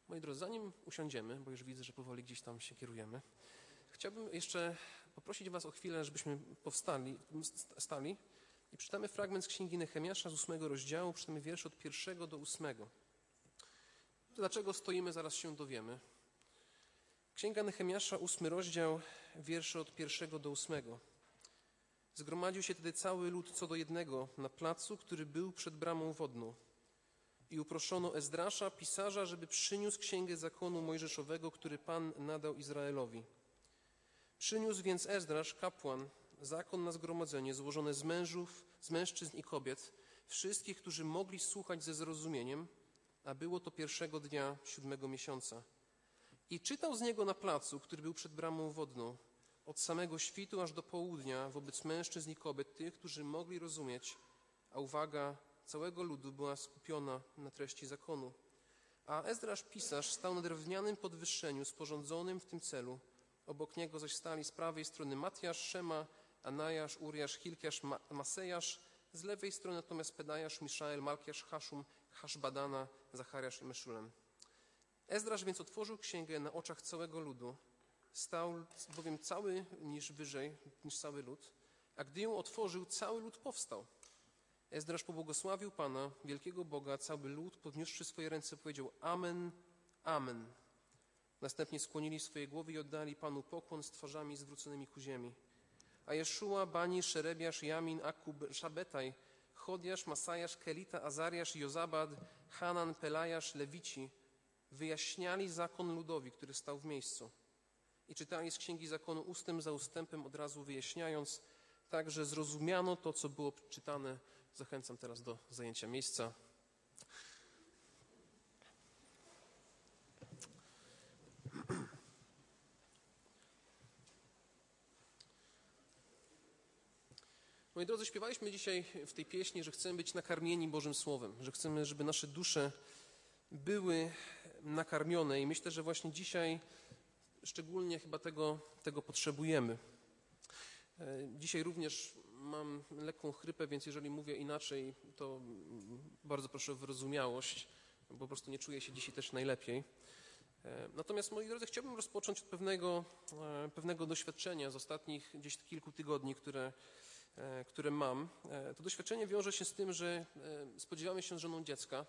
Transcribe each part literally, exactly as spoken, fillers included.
Moi drodzy, zanim usiądziemy, bo już widzę, że powoli gdzieś tam się kierujemy, chciałbym jeszcze poprosić was o chwilę, żebyśmy powstali, stali i przeczytamy fragment z Księgi Nehemiasza z ósmego rozdziału, przeczytamy wiersze od pierwszego do ósmego. Dlaczego stoimy, zaraz się dowiemy. Księga Nehemiasza, ósmy rozdział, wiersze od pierwszego do ósmego. Zgromadził się wtedy cały lud co do jednego na placu, który był przed bramą wodną. I uproszono Ezdrasza, pisarza, żeby przyniósł księgę zakonu mojżeszowego, który Pan nadał Izraelowi. Przyniósł więc Ezdrasz, kapłan, zakon na zgromadzenie złożone z mężów, z mężczyzn i kobiet, wszystkich, którzy mogli słuchać ze zrozumieniem, a było to pierwszego dnia siódmego miesiąca. I czytał z niego na placu, który był przed bramą wodną, od samego świtu aż do południa wobec mężczyzn i kobiet, tych, którzy mogli rozumieć, a uwaga całego ludu była skupiona na treści zakonu. A Ezdrasz, pisarz, stał na drewnianym podwyższeniu sporządzonym w tym celu. Obok niego zaś stali z prawej strony Matjasz, Szema, Anajasz, Uriasz, Hilkiasz, Ma- Masejasz, z lewej strony natomiast Pedajasz, Miszael, Malkiasz, Haszum, Haszbadana, Zachariasz i Meszulem. Ezdrasz więc otworzył księgę na oczach całego ludu. Stał bowiem cały niż wyżej, niż cały lud, a gdy ją otworzył, cały lud powstał. Ezdrasz pobłogosławił Pana, wielkiego Boga, cały lud, podniósłszy swoje ręce, powiedział Amen, Amen. Następnie skłonili swoje głowy i oddali Panu pokłon z twarzami zwróconymi ku ziemi. A Jeszua, Bani, Szerebiasz, Jamin, Akub, Szabetaj, Chodiasz, Masajasz, Kelita, Azariasz, Jozabad, Hanan, Pelajasz, Lewici wyjaśniali zakon ludowi, który stał w miejscu. I czytali z księgi zakonu ustęp za ustępem, od razu wyjaśniając, tak, że zrozumiano to, co było czytane. Zachęcam teraz do zajęcia miejsca. Moi drodzy, śpiewaliśmy dzisiaj w tej pieśni, że chcemy być nakarmieni Bożym Słowem, że chcemy, żeby nasze dusze były nakarmione i myślę, że właśnie dzisiaj szczególnie chyba tego, tego potrzebujemy. Dzisiaj również mam lekką chrypę, więc jeżeli mówię inaczej, to bardzo proszę o wyrozumiałość, bo po prostu nie czuję się dzisiaj też najlepiej. Natomiast, moi drodzy, chciałbym rozpocząć od pewnego, pewnego doświadczenia z ostatnich gdzieś kilku tygodni, które, które mam. To doświadczenie wiąże się z tym, że spodziewamy się z żoną dziecka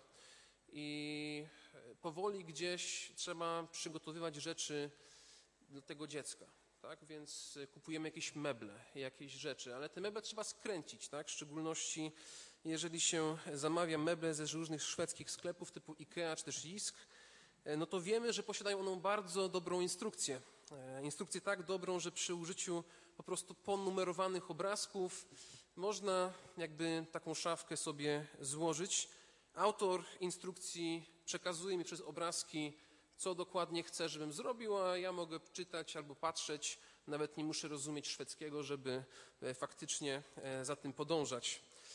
i powoli gdzieś trzeba przygotowywać rzeczy do tego dziecka. Tak, więc kupujemy jakieś meble, jakieś rzeczy, ale te meble trzeba skręcić, tak? W szczególności jeżeli się zamawia meble ze różnych szwedzkich sklepów typu Ikea czy też Jisk, no to wiemy, że posiadają one bardzo dobrą instrukcję. Instrukcję tak dobrą, że przy użyciu po prostu ponumerowanych obrazków można jakby taką szafkę sobie złożyć. Autor instrukcji przekazuje mi przez obrazki, co dokładnie chce, żebym zrobił, a ja mogę czytać albo patrzeć, nawet nie muszę rozumieć szwedzkiego, żeby faktycznie za tym podążać.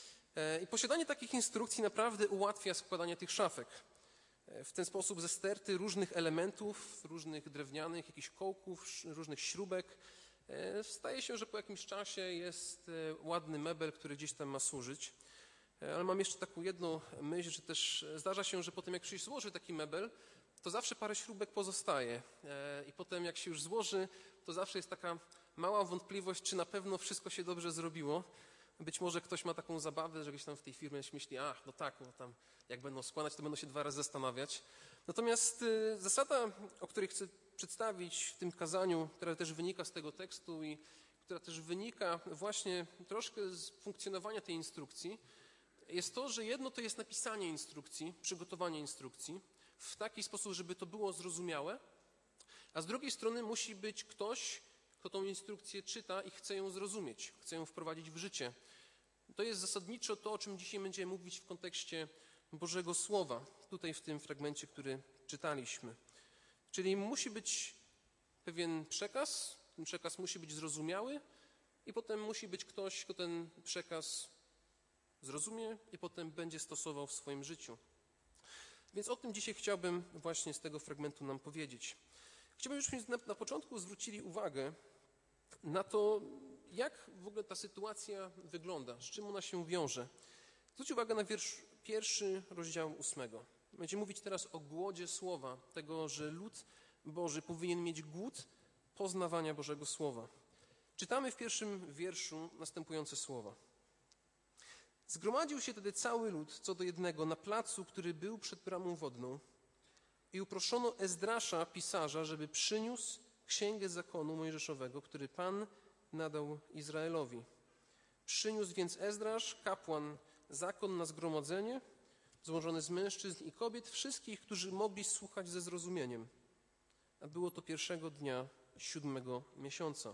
I posiadanie takich instrukcji naprawdę ułatwia składanie tych szafek. W ten sposób ze sterty różnych elementów, różnych drewnianych, jakichś kołków, różnych śrubek, staje się, że po jakimś czasie jest ładny mebel, który gdzieś tam ma służyć. Ale mam jeszcze taką jedną myśl, że też zdarza się, że potem jak ktoś złoży taki mebel, to zawsze parę śrubek pozostaje i potem jak się już złoży, to zawsze jest taka mała wątpliwość, czy na pewno wszystko się dobrze zrobiło. Być może ktoś ma taką zabawę, że gdzieś tam w tej firmie myśli, ach, no tak, bo tam jak będą składać, to będą się dwa razy zastanawiać. Natomiast y, zasada, o której chcę przedstawić w tym kazaniu, która też wynika z tego tekstu i która też wynika właśnie troszkę z funkcjonowania tej instrukcji, jest to, że jedno to jest napisanie instrukcji, przygotowanie instrukcji w taki sposób, żeby to było zrozumiałe, a z drugiej strony musi być ktoś, kto tą instrukcję czyta i chce ją zrozumieć, chce ją wprowadzić w życie. To jest zasadniczo to, o czym dzisiaj będziemy mówić w kontekście Bożego Słowa, tutaj w tym fragmencie, który czytaliśmy. Czyli musi być pewien przekaz, ten przekaz musi być zrozumiały i potem musi być ktoś, kto ten przekaz zrozumie i potem będzie stosował w swoim życiu. Więc o tym dzisiaj chciałbym właśnie z tego fragmentu nam powiedzieć. Chciałbym, żebyśmy na, na początku zwrócili uwagę na to, jak w ogóle ta sytuacja wygląda, z czym ona się wiąże. Zwróćcie uwagę na wiersz pierwszy rozdziału ósmego. Będzie mówić teraz o głodzie Słowa, tego, że lud Boży powinien mieć głód poznawania Bożego Słowa. Czytamy w pierwszym wierszu następujące słowa. Zgromadził się wtedy cały lud co do jednego na placu, który był przed bramą wodną i uproszono Ezdrasza, pisarza, żeby przyniósł księgę zakonu mojżeszowego, który Pan nadał Izraelowi. Przyniósł więc Ezdrasz, kapłan, zakon na zgromadzenie, złożony z mężczyzn i kobiet, wszystkich, którzy mogli słuchać ze zrozumieniem. A było to pierwszego dnia siódmego miesiąca.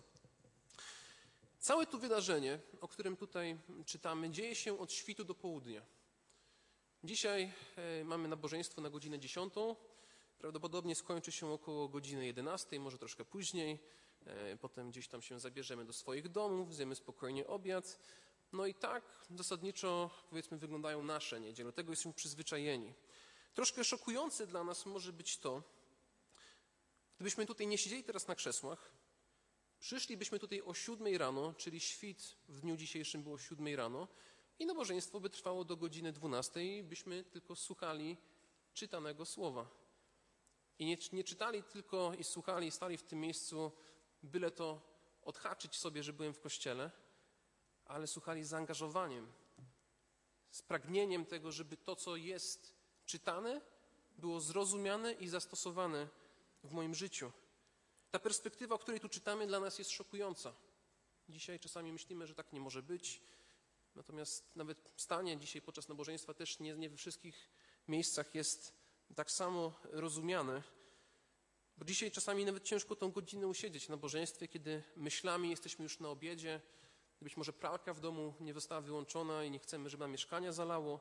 Całe to wydarzenie, o którym tutaj czytamy, dzieje się od świtu do południa. Dzisiaj e, mamy nabożeństwo na godzinę dziesiątą. Prawdopodobnie skończy się około godziny jedenastej, może troszkę później. E, potem gdzieś tam się zabierzemy do swoich domów, zjemy spokojnie obiad. No i tak zasadniczo, powiedzmy, wyglądają nasze niedziele. Do tego jesteśmy przyzwyczajeni. Troszkę szokujące dla nas może być to, gdybyśmy tutaj nie siedzieli teraz na krzesłach, przyszlibyśmy tutaj o siódmej rano, czyli świt w dniu dzisiejszym było siódmej rano i nabożeństwo by trwało do godziny dwunastej i byśmy tylko słuchali czytanego słowa. I nie, nie czytali tylko i słuchali, stali w tym miejscu, byle to odhaczyć sobie, że byłem w kościele, ale słuchali z zaangażowaniem, z pragnieniem tego, żeby to, co jest czytane, było zrozumiane i zastosowane w moim życiu. Ta perspektywa, o której tu czytamy, dla nas jest szokująca. Dzisiaj czasami myślimy, że tak nie może być, natomiast nawet stanie dzisiaj podczas nabożeństwa też nie, nie we wszystkich miejscach jest tak samo rozumiane. Bo dzisiaj czasami nawet ciężko tą godzinę usiedzieć w nabożeństwie, kiedy myślami jesteśmy już na obiedzie, być może pralka w domu nie została wyłączona i nie chcemy, żeby nam mieszkania zalało.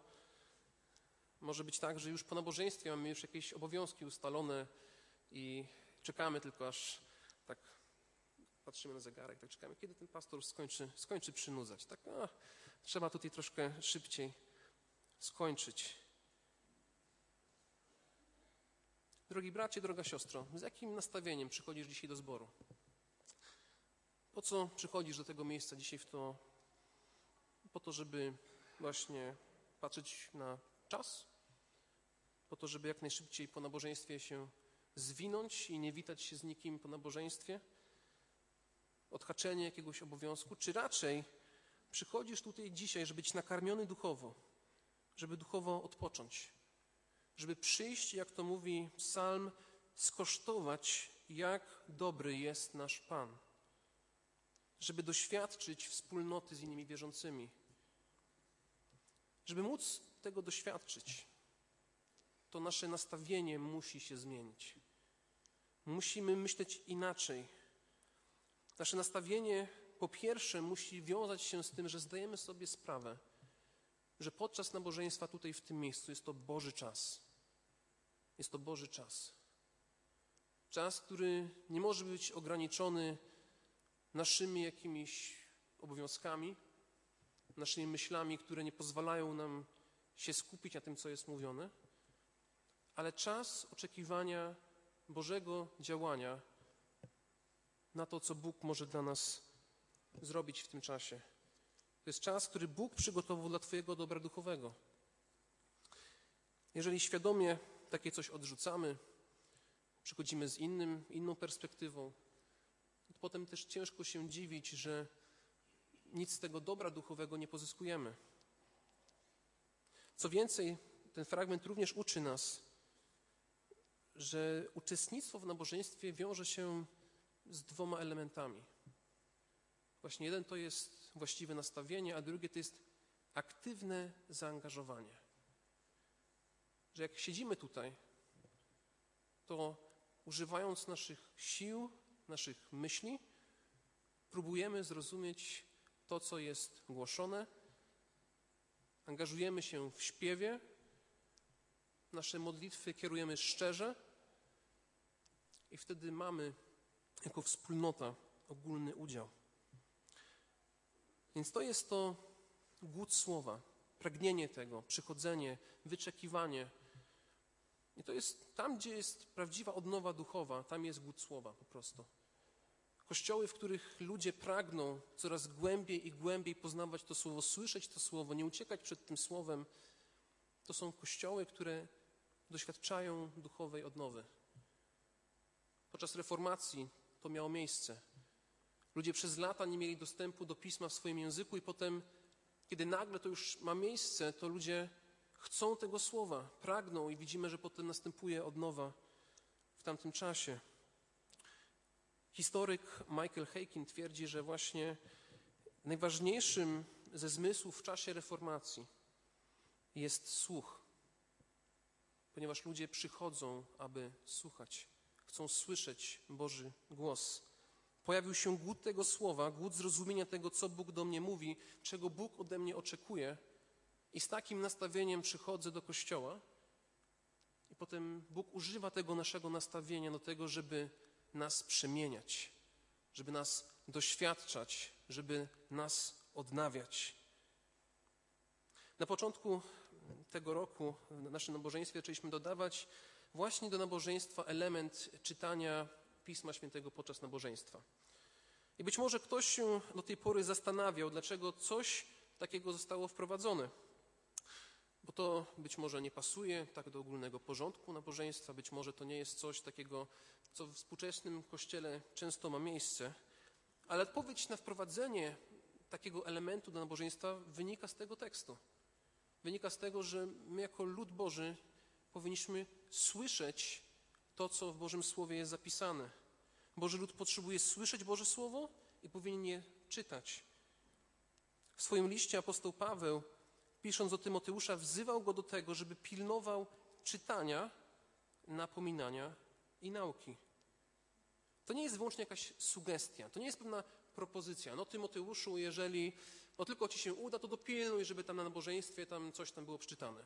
Może być tak, że już po nabożeństwie mamy już jakieś obowiązki ustalone i czekamy tylko, aż tak patrzymy na zegarek, tak czekamy, kiedy ten pastor skończy, skończy przynudzać. Tak, a, trzeba tutaj troszkę szybciej skończyć. Drogi bracie, droga siostro, z jakim nastawieniem przychodzisz dzisiaj do zboru? Po co przychodzisz do tego miejsca dzisiaj w to? Po to, żeby właśnie patrzeć na czas? Po to, żeby jak najszybciej po nabożeństwie się zwinąć i nie witać się z nikim po nabożeństwie? Odhaczenie jakiegoś obowiązku? Czy raczej przychodzisz tutaj dzisiaj, żeby być nakarmiony duchowo, żeby duchowo odpocząć, żeby przyjść, jak to mówi psalm, skosztować, jak dobry jest nasz Pan, żeby doświadczyć wspólnoty z innymi wierzącymi. Żeby móc tego doświadczyć, to nasze nastawienie musi się zmienić. Musimy myśleć inaczej. Nasze nastawienie, po pierwsze, musi wiązać się z tym, że zdajemy sobie sprawę, że podczas nabożeństwa tutaj w tym miejscu jest to Boży czas. Jest to Boży czas. Czas, który nie może być ograniczony naszymi jakimiś obowiązkami, naszymi myślami, które nie pozwalają nam się skupić na tym, co jest mówione, ale czas oczekiwania Bożego działania na to, co Bóg może dla nas zrobić w tym czasie. To jest czas, który Bóg przygotował dla Twojego dobra duchowego. Jeżeli świadomie takie coś odrzucamy, przychodzimy z innym, inną perspektywą, to potem też ciężko się dziwić, że nic z tego dobra duchowego nie pozyskujemy. Co więcej, ten fragment również uczy nas, że uczestnictwo w nabożeństwie wiąże się z dwoma elementami. Właśnie jeden to jest właściwe nastawienie, a drugie to jest aktywne zaangażowanie. Że jak siedzimy tutaj, to używając naszych sił, naszych myśli, próbujemy zrozumieć to, co jest głoszone, angażujemy się w śpiewie, nasze modlitwy kierujemy szczerze i wtedy mamy jako wspólnota ogólny udział. Więc to jest to głód słowa, pragnienie tego, przychodzenie, wyczekiwanie. I to jest tam, gdzie jest prawdziwa odnowa duchowa, tam jest głód słowa po prostu. Kościoły, w których ludzie pragną coraz głębiej i głębiej poznawać to słowo, słyszeć to słowo, nie uciekać przed tym słowem, to są kościoły, które doświadczają duchowej odnowy. Podczas reformacji to miało miejsce. Ludzie przez lata nie mieli dostępu do Pisma w swoim języku i potem, kiedy nagle to już ma miejsce, to ludzie chcą tego słowa, pragną i widzimy, że potem następuje odnowa w tamtym czasie. Historyk Michael Haykin twierdzi, że właśnie najważniejszym ze zmysłów w czasie reformacji jest słuch, ponieważ ludzie przychodzą, aby słuchać, chcą słyszeć Boży głos. Pojawił się głód tego słowa, głód zrozumienia tego, co Bóg do mnie mówi, czego Bóg ode mnie oczekuje. I z takim nastawieniem przychodzę do Kościoła i potem Bóg używa tego naszego nastawienia do tego, żeby nas przemieniać, żeby nas doświadczać, żeby nas odnawiać. Na początku tego roku w naszym nabożeństwie zaczęliśmy dodawać właśnie do nabożeństwa element czytania Pisma Świętego podczas nabożeństwa. I być może ktoś się do tej pory zastanawiał, dlaczego coś takiego zostało wprowadzone. Bo to być może nie pasuje tak do ogólnego porządku nabożeństwa, być może to nie jest coś takiego, co w współczesnym Kościele często ma miejsce. Ale odpowiedź na wprowadzenie takiego elementu do nabożeństwa wynika z tego tekstu. Wynika z tego, że my jako lud Boży powinniśmy słyszeć to, co w Bożym Słowie jest zapisane. Boży lud potrzebuje słyszeć Boże Słowo i powinien je czytać. W swoim liście apostoł Paweł, pisząc do Tymoteusza, wzywał go do tego, żeby pilnował czytania, napominania i nauki. To nie jest wyłącznie jakaś sugestia, to nie jest pewna propozycja. No Tymoteuszu, jeżeli no tylko ci się uda, to dopilnuj, żeby tam na nabożeństwie tam coś tam było przeczytane.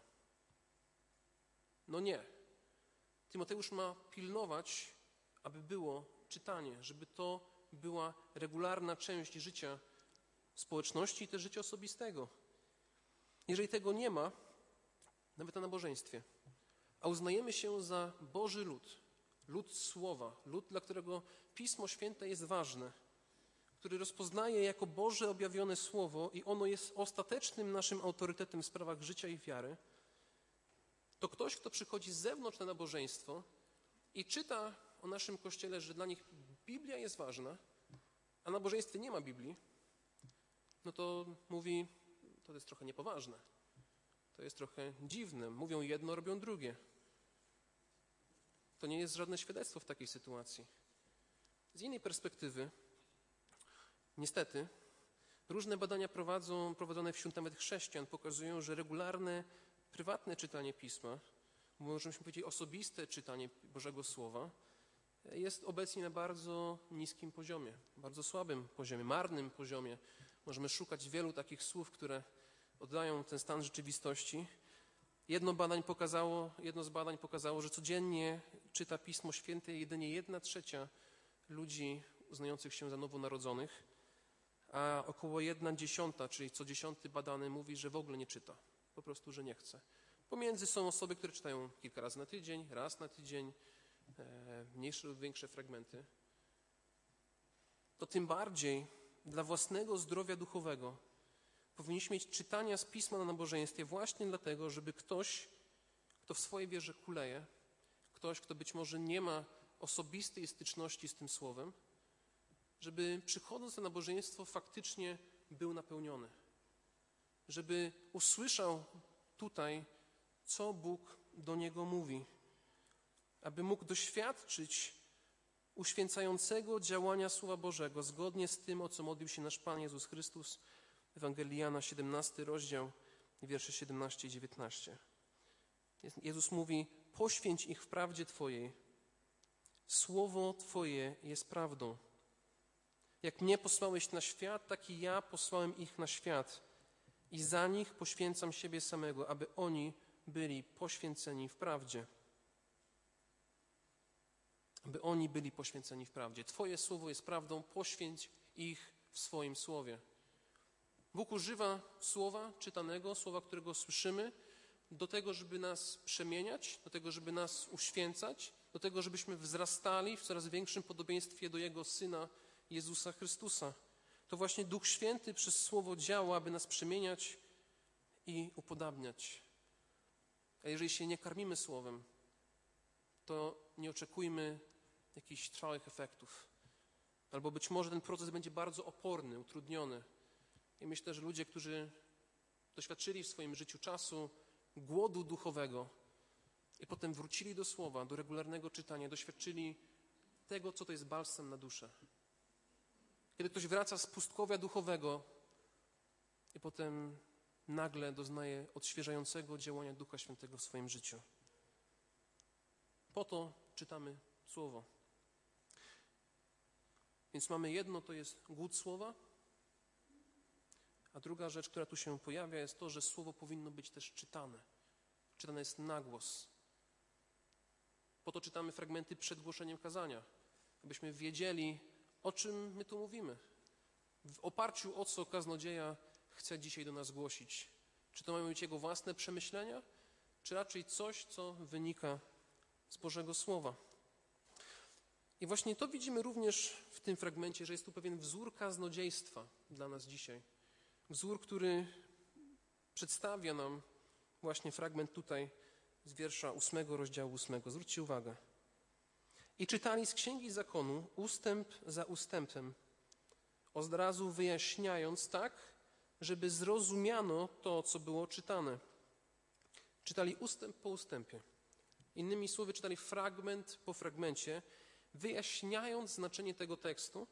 No nie. Tymoteusz ma pilnować, aby było czytanie, żeby to była regularna część życia społeczności i też życia osobistego. Jeżeli tego nie ma, nawet na nabożeństwie, a uznajemy się za Boży lud, lud Słowa, lud, dla którego Pismo Święte jest ważne, który rozpoznaje jako Boże objawione Słowo i ono jest ostatecznym naszym autorytetem w sprawach życia i wiary, to ktoś, kto przychodzi z zewnątrz na nabożeństwo i czyta o naszym Kościele, że dla nich Biblia jest ważna, a na nabożeństwie nie ma Biblii, no to mówi, to jest trochę niepoważne. To jest trochę dziwne. Mówią jedno, robią drugie. To nie jest żadne świadectwo w takiej sytuacji. Z innej perspektywy, niestety, różne badania prowadzą, prowadzone wśród nawet chrześcijan pokazują, że regularne, prywatne czytanie Pisma, możemy powiedzieć osobiste czytanie Bożego Słowa, jest obecnie na bardzo niskim poziomie, bardzo słabym poziomie, marnym poziomie. Możemy szukać wielu takich słów, które oddają ten stan rzeczywistości. Jedno, badań pokazało, jedno z badań pokazało, że codziennie czyta Pismo Święte jedynie jedna trzecia ludzi uznających się za nowonarodzonych, a około jedna dziesiąta, czyli co dziesiąty badany mówi, że w ogóle nie czyta, po prostu, że nie chce. Pomiędzy są osoby, które czytają kilka razy na tydzień, raz na tydzień, e, mniejsze lub większe fragmenty. To tym bardziej dla własnego zdrowia duchowego powinniśmy mieć czytania z Pisma na nabożeństwie właśnie dlatego, żeby ktoś, kto w swojej wierze kuleje, ktoś, kto być może nie ma osobistej styczności z tym Słowem, żeby przychodząc na nabożeństwo faktycznie był napełniony. Żeby usłyszał tutaj, co Bóg do niego mówi. Aby mógł doświadczyć uświęcającego działania Słowa Bożego zgodnie z tym, o co modlił się nasz Pan Jezus Chrystus w Ewangelii Jana, siedemnasty rozdział, wiersze siedemnaście i dziewiętnaście. Jezus mówi, poświęć ich w prawdzie Twojej. Słowo Twoje jest prawdą. Jak mnie posłałeś na świat, tak i ja posłałem ich na świat. I za nich poświęcam siebie samego, aby oni byli poświęceni w prawdzie. Aby oni byli poświęceni w prawdzie. Twoje słowo jest prawdą, poświęć ich w swoim słowie. Bóg używa słowa czytanego, słowa, którego słyszymy, do tego, żeby nas przemieniać, do tego, żeby nas uświęcać, do tego, żebyśmy wzrastali w coraz większym podobieństwie do Jego Syna Jezusa Chrystusa. To właśnie Duch Święty przez Słowo działa, aby nas przemieniać i upodabniać. A jeżeli się nie karmimy Słowem, to nie oczekujmy jakichś trwałych efektów. Albo być może ten proces będzie bardzo oporny, utrudniony. I myślę, że ludzie, którzy doświadczyli w swoim życiu czasu głodu duchowego i potem wrócili do Słowa, do regularnego czytania, doświadczyli tego, co to jest balsam na duszę. Kiedy ktoś wraca z pustkowia duchowego i potem nagle doznaje odświeżającego działania Ducha Świętego w swoim życiu. Po to czytamy Słowo. Więc mamy jedno, to jest głód Słowa, a druga rzecz, która tu się pojawia, jest to, że Słowo powinno być też czytane. Czytane jest na głos. Po to czytamy fragmenty przed głoszeniem kazania, abyśmy wiedzieli, o czym my tu mówimy. W oparciu o co kaznodzieja chce dzisiaj do nas głosić. Czy to mają być jego własne przemyślenia, czy raczej coś, co wynika z Bożego Słowa. I właśnie to widzimy również w tym fragmencie, że jest tu pewien wzór kaznodziejstwa dla nas dzisiaj. Wzór, który przedstawia nam właśnie fragment tutaj z wiersza ósmego, rozdziału ósmego. Zwróćcie uwagę. I czytali z Księgi Zakonu ustęp za ustępem, od razu wyjaśniając tak, żeby zrozumiano to, co było czytane. Czytali ustęp po ustępie. Innymi słowy, czytali fragment po fragmencie, wyjaśniając znaczenie tego tekstu.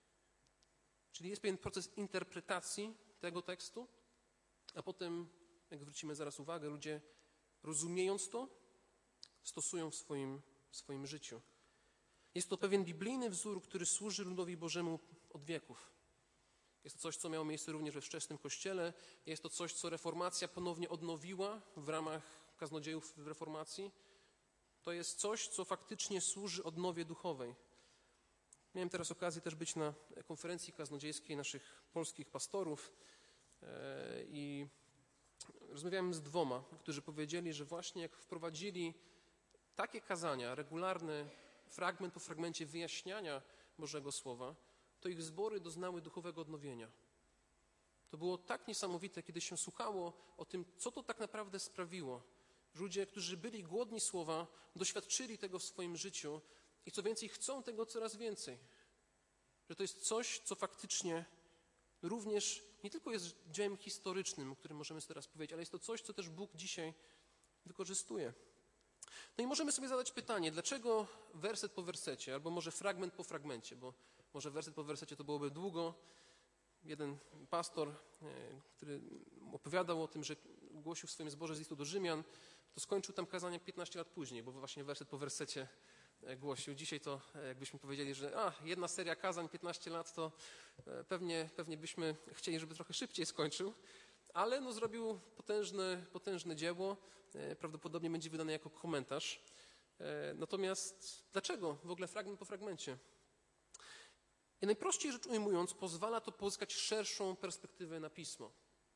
Czyli jest pewien proces interpretacji tego tekstu, a potem, jak zwrócimy zaraz uwagę, ludzie rozumiejąc to, stosują w swoim, w swoim życiu. Jest to pewien biblijny wzór, który służy ludowi Bożemu od wieków. Jest to coś, co miało miejsce również we wczesnym Kościele. Jest to coś, co reformacja ponownie odnowiła w ramach kaznodziejów w reformacji. To jest coś, co faktycznie służy odnowie duchowej. Miałem teraz okazję też być na konferencji kaznodziejskiej naszych polskich pastorów i rozmawiałem z dwoma, którzy powiedzieli, że właśnie jak wprowadzili takie kazania, regularne, fragment po fragmencie wyjaśniania Bożego Słowa, to ich zbory doznały duchowego odnowienia. To było tak niesamowite, kiedy się słuchało o tym, co to tak naprawdę sprawiło. Ludzie, którzy byli głodni Słowa, doświadczyli tego w swoim życiu i co więcej, chcą tego coraz więcej. Że to jest coś, co faktycznie również nie tylko jest dziełem historycznym, o którym możemy sobie teraz powiedzieć, ale jest to coś, co też Bóg dzisiaj wykorzystuje. No i możemy sobie zadać pytanie, dlaczego werset po wersecie, albo może fragment po fragmencie, bo może werset po wersecie to byłoby długo. Jeden pastor, który opowiadał o tym, że głosił w swoim zborze z listu do Rzymian, to skończył tam kazanie piętnaście lat później, bo właśnie werset po wersecie głosił. Dzisiaj to jakbyśmy powiedzieli, że a, jedna seria kazań, piętnaście lat, to pewnie, pewnie byśmy chcieli, żeby trochę szybciej skończył, ale no, zrobił potężne, potężne dzieło, prawdopodobnie będzie wydane jako komentarz. Natomiast dlaczego w ogóle fragment po fragmencie? I najprościej rzecz ujmując, pozwala to pozyskać szerszą perspektywę na Pismo.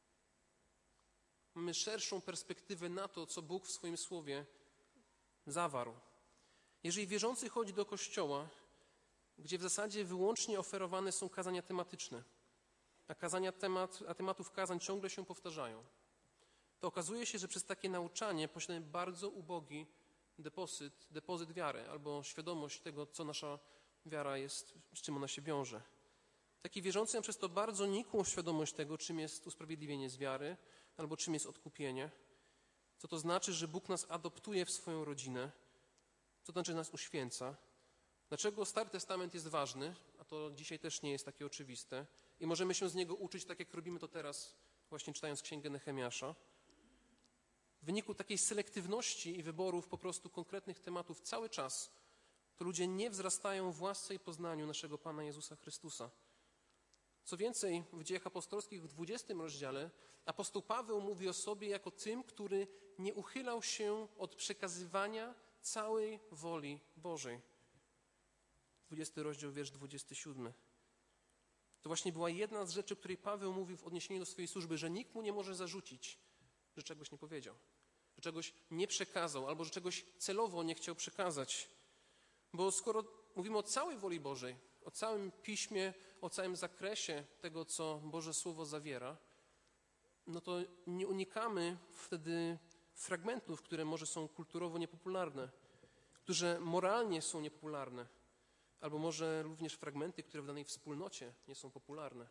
Mamy szerszą perspektywę na to, co Bóg w swoim Słowie zawarł. Jeżeli wierzący chodzi do kościoła, gdzie w zasadzie wyłącznie oferowane są kazania tematyczne, a, kazania temat, a tematów kazań ciągle się powtarzają, to okazuje się, że przez takie nauczanie posiadamy bardzo ubogi depozyt, depozyt wiary albo świadomość tego, co nasza wiara jest, z czym ona się wiąże. Taki wierzący ma przez to bardzo nikłą świadomość tego, czym jest usprawiedliwienie z wiary albo czym jest odkupienie, co to znaczy, że Bóg nas adoptuje w swoją rodzinę, co to znaczy, że nas uświęca. Dlaczego Stary Testament jest ważny, a to dzisiaj też nie jest takie oczywiste i możemy się z niego uczyć tak, jak robimy to teraz, właśnie czytając Księgę Nehemiasza. W wyniku takiej selektywności i wyborów po prostu konkretnych tematów cały czas to ludzie nie wzrastają w łasce i poznaniu naszego Pana Jezusa Chrystusa. Co więcej, w Dziejach Apostolskich w dwudziestym rozdziale apostoł Paweł mówi o sobie jako tym, który nie uchylał się od przekazywania całej woli Bożej. dwudziesty rozdział, wiersz dwudziesty siódmy. To właśnie była jedna z rzeczy, o której Paweł mówił w odniesieniu do swojej służby, że nikt mu nie może zarzucić, że czegoś nie powiedział, że czegoś nie przekazał albo że czegoś celowo nie chciał przekazać. Bo skoro mówimy o całej woli Bożej, o całym Piśmie, o całym zakresie tego, co Boże Słowo zawiera, no to nie unikamy wtedy fragmentów, które może są kulturowo niepopularne, które moralnie są niepopularne, albo może również fragmenty, które w danej wspólnocie nie są popularne.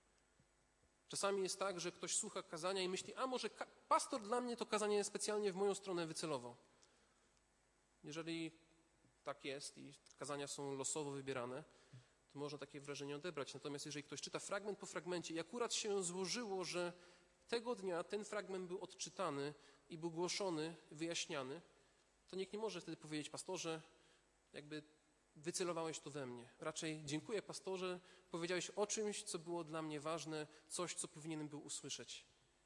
Czasami jest tak, że ktoś słucha kazania i myśli, a może ka- pastor dla mnie to kazanie specjalnie w moją stronę wycelował. Jeżeli tak jest i kazania są losowo wybierane, to można takie wrażenie odebrać. Natomiast jeżeli ktoś czyta fragment po fragmencie i akurat się złożyło, że tego dnia ten fragment był odczytany i był głoszony, wyjaśniany, to nikt nie może wtedy powiedzieć, pastorze, jakby wycelowałeś to we mnie. Raczej dziękuję, pastorze, powiedziałeś o czymś, co było dla mnie ważne, coś, co powinienem był usłyszeć.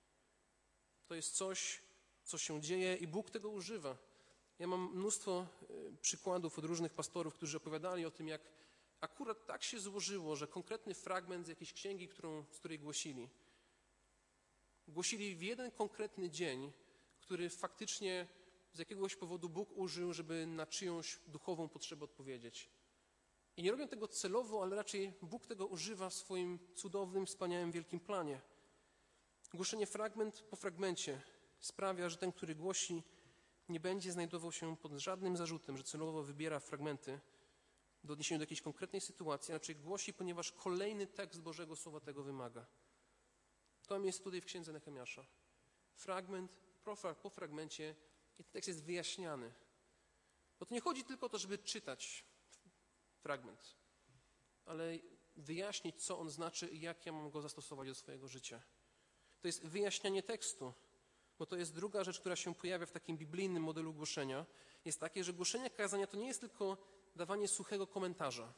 To jest coś, co się dzieje i Bóg tego używa. Ja mam mnóstwo y, przykładów od różnych pastorów, którzy opowiadali o tym, jak akurat tak się złożyło, że konkretny fragment z jakiejś księgi, którą, z której głosili, głosili w jeden konkretny dzień, który faktycznie z jakiegoś powodu Bóg użył, żeby na czyjąś duchową potrzebę odpowiedzieć. I nie robią tego celowo, ale raczej Bóg tego używa w swoim cudownym, wspaniałym, wielkim planie. Głoszenie fragment po fragmencie sprawia, że ten, który głosi, nie będzie znajdował się pod żadnym zarzutem, że celowo wybiera fragmenty do odniesienia do jakiejś konkretnej sytuacji, a raczej głosi, ponieważ kolejny tekst Bożego Słowa tego wymaga. To jest tutaj w księdze Nehemiasza. Fragment po fragmencie i ten tekst jest wyjaśniany. Bo to nie chodzi tylko o to, żeby czytać fragment, ale wyjaśnić, co on znaczy i jak ja mam go zastosować do swojego życia. To jest wyjaśnianie tekstu, bo to jest druga rzecz, która się pojawia w takim biblijnym modelu głoszenia. Jest takie, że głoszenie kazania to nie jest tylko dawanie suchego komentarza.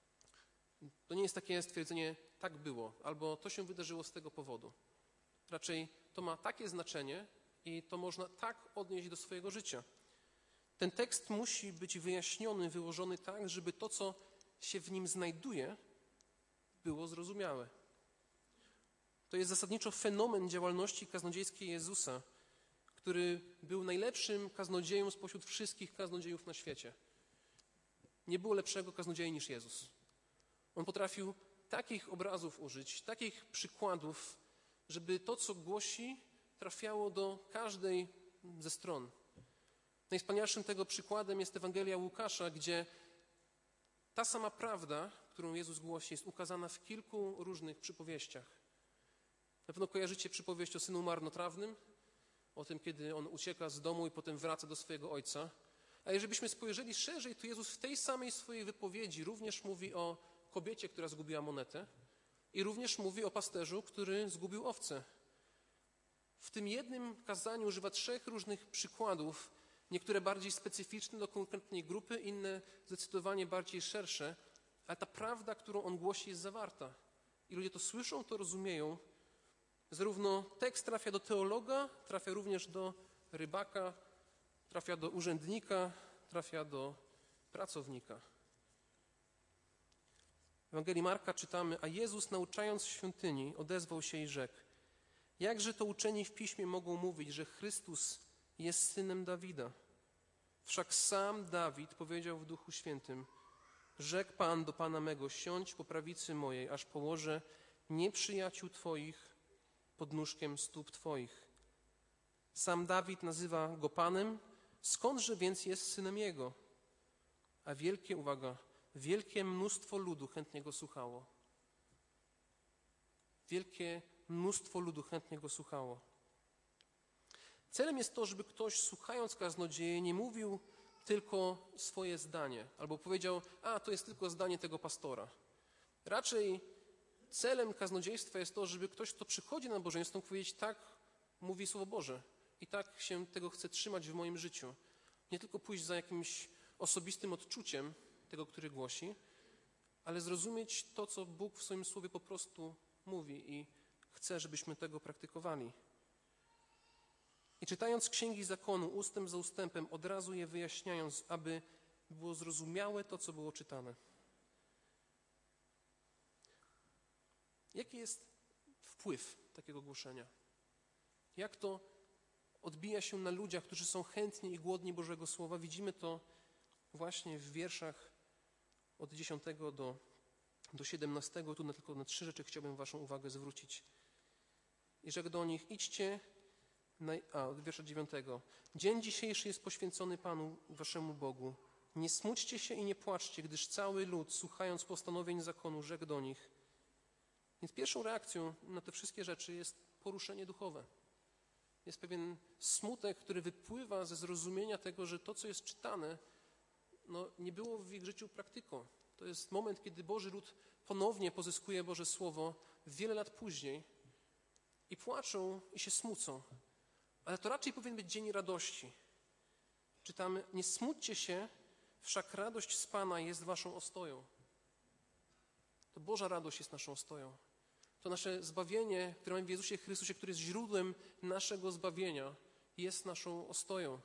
To nie jest takie stwierdzenie, tak było, albo to się wydarzyło z tego powodu. Raczej to ma takie znaczenie i to można tak odnieść do swojego życia. Ten tekst musi być wyjaśniony, wyłożony tak, żeby to, co się w nim znajduje, było zrozumiałe. To jest zasadniczo fenomen działalności kaznodziejskiej Jezusa, który był najlepszym kaznodzieją spośród wszystkich kaznodziejów na świecie. Nie było lepszego kaznodziei niż Jezus. On potrafił takich obrazów użyć, takich przykładów, żeby to, co głosi, trafiało do każdej ze stron. Najwspanialszym tego przykładem jest Ewangelia Łukasza, gdzie ta sama prawda, którą Jezus głosi, jest ukazana w kilku różnych przypowieściach. Na pewno kojarzycie przypowieść o synu marnotrawnym, o tym, kiedy on ucieka z domu i potem wraca do swojego ojca. A jeżeli byśmy spojrzeli szerzej, to Jezus w tej samej swojej wypowiedzi również mówi o kobiecie, która zgubiła monetę i również mówi o pasterzu, który zgubił owce. W tym jednym kazaniu używa trzech różnych przykładów, niektóre bardziej specyficzne do konkretnej grupy, inne zdecydowanie bardziej szersze, ale ta prawda, którą on głosi, jest zawarta. I ludzie to słyszą, to rozumieją. Zarówno tekst trafia do teologa, trafia również do rybaka, trafia do urzędnika, trafia do pracownika. W Ewangelii Marka czytamy, a Jezus, nauczając w świątyni, odezwał się i rzekł: jakże to uczeni w piśmie mogą mówić, że Chrystus jest synem Dawida? Wszak sam Dawid powiedział w Duchu Świętym: rzekł Pan do Pana mego, siądź po prawicy mojej, aż położę nieprzyjaciół Twoich pod nóżkiem stóp Twoich. Sam Dawid nazywa go Panem, skądże więc jest synem jego? A wielkie, uwaga, wielkie mnóstwo ludu chętnie go słuchało. Wielkie mnóstwo ludu chętnie go słuchało. Celem jest to, żeby ktoś, słuchając kaznodzieje, nie mówił tylko swoje zdanie, albo powiedział, a to jest tylko zdanie tego pastora. Raczej celem kaznodziejstwa jest to, żeby ktoś, kto przychodzi na nabożeństwo, mógł powiedzieć, tak mówi Słowo Boże i tak się tego chcę trzymać w moim życiu. Nie tylko pójść za jakimś osobistym odczuciem tego, który głosi, ale zrozumieć to, co Bóg w swoim Słowie po prostu mówi i chce, żebyśmy tego praktykowali. I czytając Księgi Zakonu, ustęp za ustępem, od razu je wyjaśniając, aby było zrozumiałe to, co było czytane. Jaki jest wpływ takiego głoszenia? Jak to odbija się na ludziach, którzy są chętni i głodni Bożego Słowa? Widzimy to właśnie w wierszach od dziesiątego do, do siedemnastego. Tu na tylko na trzy rzeczy chciałbym waszą uwagę zwrócić. I rzekł do nich, idźcie, na, a od wiersza dziewiątego. Dzień dzisiejszy jest poświęcony Panu, waszemu Bogu. Nie smućcie się i nie płaczcie, gdyż cały lud, słuchając postanowień zakonu, rzekł do nich. Więc pierwszą reakcją na te wszystkie rzeczy jest poruszenie duchowe. Jest pewien smutek, który wypływa ze zrozumienia tego, że to, co jest czytane, no, nie było w ich życiu praktyką. To jest moment, kiedy Boży lud ponownie pozyskuje Boże Słowo wiele lat później i płaczą i się smucą. Ale to raczej powinien być dzień radości. Czytamy, nie smućcie się, wszak radość z Pana jest waszą ostoją. To Boża radość jest naszą ostoją. To nasze zbawienie, które mamy w Jezusie Chrystusie, który jest źródłem naszego zbawienia, jest naszą ostoją.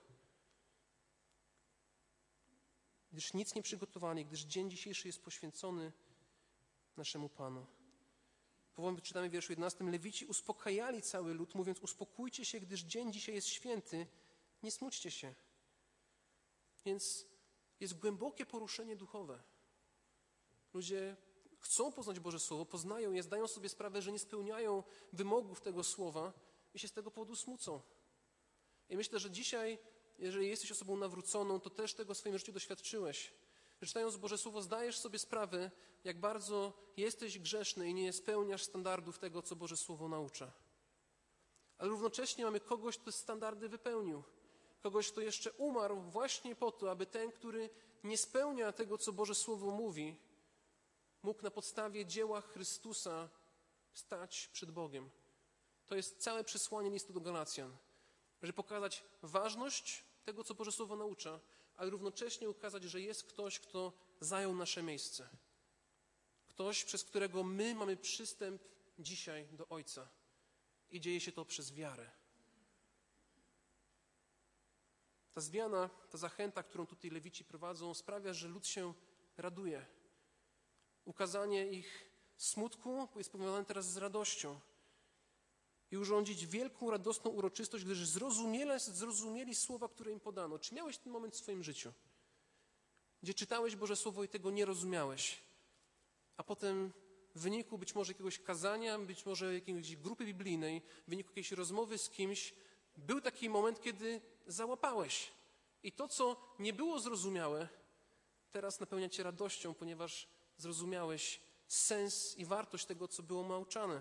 Gdyż nic nie przygotowali, gdyż dzień dzisiejszy jest poświęcony naszemu Panu. Powoli czytamy w wierszu jedenastym. Lewici uspokajali cały lud, mówiąc, uspokójcie się, gdyż dzień dzisiaj jest święty, nie smućcie się. Więc jest głębokie poruszenie duchowe. Ludzie chcą poznać Boże Słowo, poznają je, zdają sobie sprawę, że nie spełniają wymogów tego Słowa i się z tego powodu smucą. I myślę, że dzisiaj, jeżeli jesteś osobą nawróconą, to też tego w swoim życiu doświadczyłeś. Że czytając Boże Słowo zdajesz sobie sprawę, jak bardzo jesteś grzeszny i nie spełniasz standardów tego, co Boże Słowo naucza. Ale równocześnie mamy kogoś, kto te standardy wypełnił. Kogoś, kto jeszcze umarł właśnie po to, aby ten, który nie spełnia tego, co Boże Słowo mówi, mógł na podstawie dzieła Chrystusa stać przed Bogiem. To jest całe przesłanie listu do Galacjan. Żeby pokazać ważność tego, co Boże Słowo naucza, ale równocześnie ukazać, że jest ktoś, kto zajął nasze miejsce. Ktoś, przez którego my mamy przystęp dzisiaj do Ojca. I dzieje się to przez wiarę. Ta zmiana, ta zachęta, którą tutaj Lewici prowadzą, sprawia, że lud się raduje. Ukazanie ich smutku jest powiązane teraz z radością. I urządzić wielką, radosną uroczystość, gdyż zrozumieli, zrozumieli słowa, które im podano. Czy miałeś ten moment w swoim życiu, gdzie czytałeś Boże Słowo i tego nie rozumiałeś, a potem w wyniku być może jakiegoś kazania, być może jakiejś grupy biblijnej, w wyniku jakiejś rozmowy z kimś, był taki moment, kiedy załapałeś. I to, co nie było zrozumiałe, teraz napełnia cię radością, ponieważ zrozumiałeś sens i wartość tego, co było nauczane.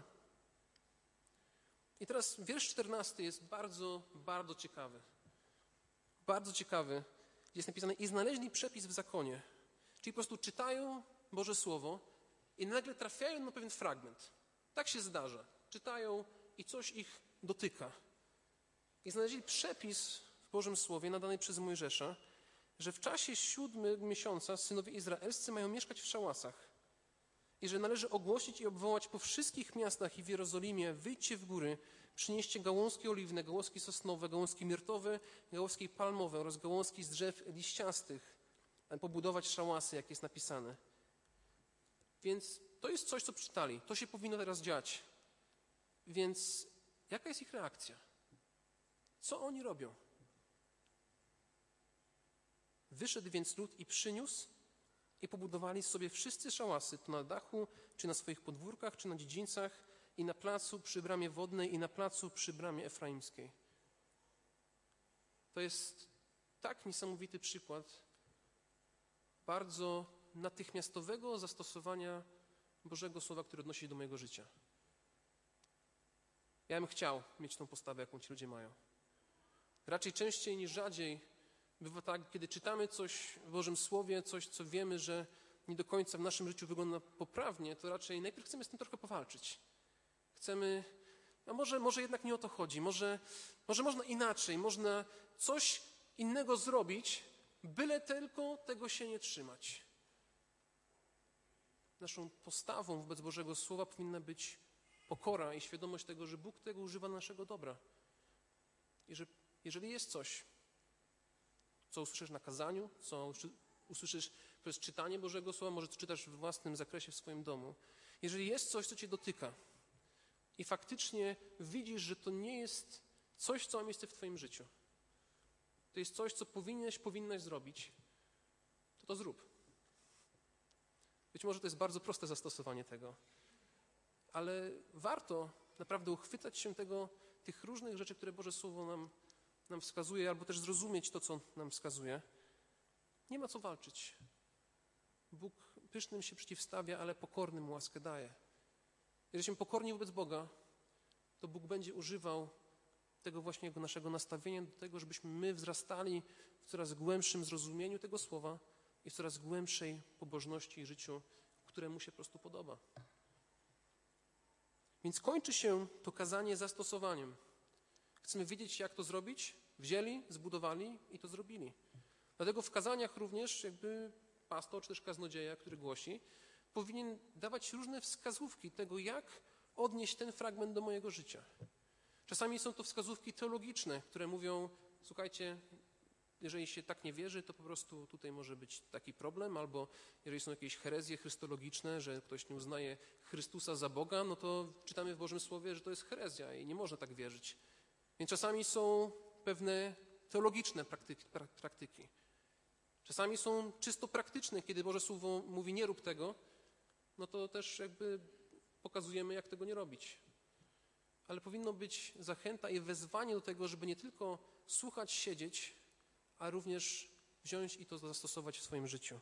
I teraz wiersz czternasty jest bardzo, bardzo ciekawy. Bardzo ciekawy. Jest napisane, i znaleźli przepis w zakonie. Czyli po prostu czytają Boże Słowo i nagle trafiają na pewien fragment. Tak się zdarza. Czytają i coś ich dotyka. I znaleźli przepis w Bożym Słowie nadany przez Mojżesza, że w czasie siódmego miesiąca synowie izraelscy mają mieszkać w szałasach i że należy ogłosić i obwołać po wszystkich miastach i w Jerozolimie: wyjdźcie w góry, przynieście gałązki oliwne, gałązki sosnowe, gałązki mirtowe, gałązki palmowe oraz gałązki z drzew liściastych, aby pobudować szałasy, jak jest napisane. Więc to jest coś, co przeczytali. To się powinno teraz dziać. Więc jaka jest ich reakcja? Co oni robią? Wyszedł więc lud i przyniósł i pobudowali sobie wszyscy szałasy, to na dachu, czy na swoich podwórkach, czy na dziedzińcach i na placu przy bramie wodnej i na placu przy bramie efraimskiej. To jest tak niesamowity przykład bardzo natychmiastowego zastosowania Bożego Słowa, które odnosi się do mojego życia. Ja bym chciał mieć tą postawę, jaką ci ludzie mają. Raczej częściej niż rzadziej bywa tak, kiedy czytamy coś w Bożym Słowie, coś, co wiemy, że nie do końca w naszym życiu wygląda poprawnie, to raczej najpierw chcemy z tym trochę powalczyć. Chcemy, a może, może jednak nie o to chodzi, może, może można inaczej, można coś innego zrobić, byle tylko tego się nie trzymać. Naszą postawą wobec Bożego Słowa powinna być pokora i świadomość tego, że Bóg tego używa na naszego dobra. I że jeżeli jest coś, co usłyszysz na kazaniu, co usłyszysz przez czytanie Bożego Słowa, może to czytasz w własnym zakresie w swoim domu. Jeżeli jest coś, co cię dotyka i faktycznie widzisz, że to nie jest coś, co ma miejsce w twoim życiu, to jest coś, co powinieneś, powinnaś zrobić, to to zrób. Być może to jest bardzo proste zastosowanie tego, ale warto naprawdę uchwytać się tego, tych różnych rzeczy, które Boże Słowo nam nam wskazuje, albo też zrozumieć to, co nam wskazuje. Nie ma co walczyć. Bóg pysznym się przeciwstawia, ale pokornym łaskę daje. Jeżeli jesteśmy pokorni wobec Boga, to Bóg będzie używał tego właśnie jego naszego nastawienia do tego, żebyśmy my wzrastali w coraz głębszym zrozumieniu tego słowa i w coraz głębszej pobożności i życiu, które mu się po prostu podoba. Więc kończy się to kazanie zastosowaniem. Chcemy wiedzieć, jak to zrobić? Wzięli, zbudowali i to zrobili. Dlatego w kazaniach również jakby pastor czy też kaznodzieja, który głosi, powinien dawać różne wskazówki tego, jak odnieść ten fragment do mojego życia. Czasami są to wskazówki teologiczne, które mówią, słuchajcie, jeżeli się tak nie wierzy, to po prostu tutaj może być taki problem, albo jeżeli są jakieś herezje chrystologiczne, że ktoś nie uznaje Chrystusa za Boga, no to czytamy w Bożym Słowie, że to jest herezja i nie można tak wierzyć. Więc czasami są pewne teologiczne praktyki. praktyki. Czasami są czysto praktyczne, kiedy Boże Słowo mówi nie rób tego, no to też jakby pokazujemy, jak tego nie robić. Ale powinno być zachęta i wezwanie do tego, żeby nie tylko słuchać, siedzieć, a również wziąć i to zastosować w swoim życiu.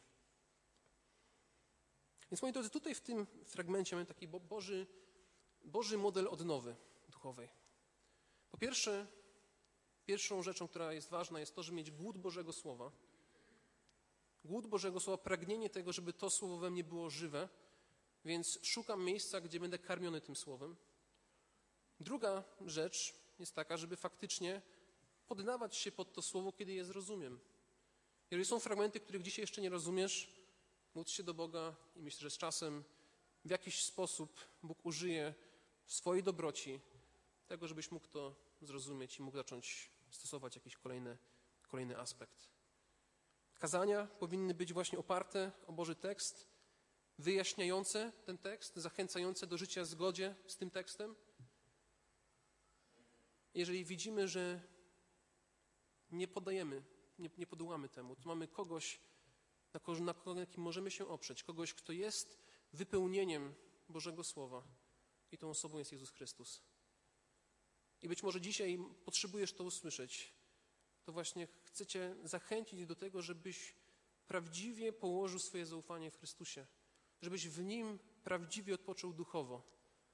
Więc moi drodzy, tutaj w tym fragmencie mamy taki Boży, Boży model odnowy duchowej. Po pierwsze, pierwszą rzeczą, która jest ważna, jest to, żeby mieć głód Bożego Słowa. Głód Bożego Słowa, pragnienie tego, żeby to Słowo we mnie było żywe, więc szukam miejsca, gdzie będę karmiony tym Słowem. Druga rzecz jest taka, żeby faktycznie poddawać się pod to Słowo, kiedy je zrozumiem. Jeżeli są fragmenty, których dzisiaj jeszcze nie rozumiesz, módl się do Boga i myślę, że z czasem w jakiś sposób Bóg użyje swojej dobroci tego, żebyś mógł to zrozumieć i mógł zacząć stosować jakiś kolejny, kolejny aspekt. Kazania powinny być właśnie oparte o Boży tekst, wyjaśniające ten tekst, zachęcające do życia w zgodzie z tym tekstem. Jeżeli widzimy, że nie podajemy, nie, nie podołamy temu, to mamy kogoś, na, ko- na kogo na kim możemy się oprzeć, kogoś, kto jest wypełnieniem Bożego Słowa i tą osobą jest Jezus Chrystus. I być może dzisiaj potrzebujesz to usłyszeć. To właśnie chcę Cię zachęcić do tego, żebyś prawdziwie położył swoje zaufanie w Chrystusie. Żebyś w Nim prawdziwie odpoczął duchowo.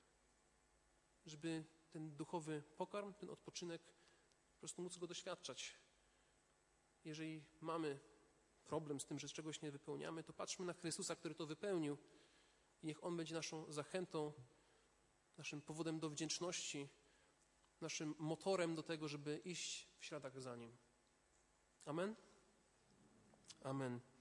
Żeby ten duchowy pokarm, ten odpoczynek, po prostu móc go doświadczać. Jeżeli mamy problem z tym, że z czegoś nie wypełniamy, to patrzmy na Chrystusa, który to wypełnił i niech On będzie naszą zachętą, naszym powodem do wdzięczności, naszym motorem do tego, żeby iść w śladach za Nim. Amen? Amen.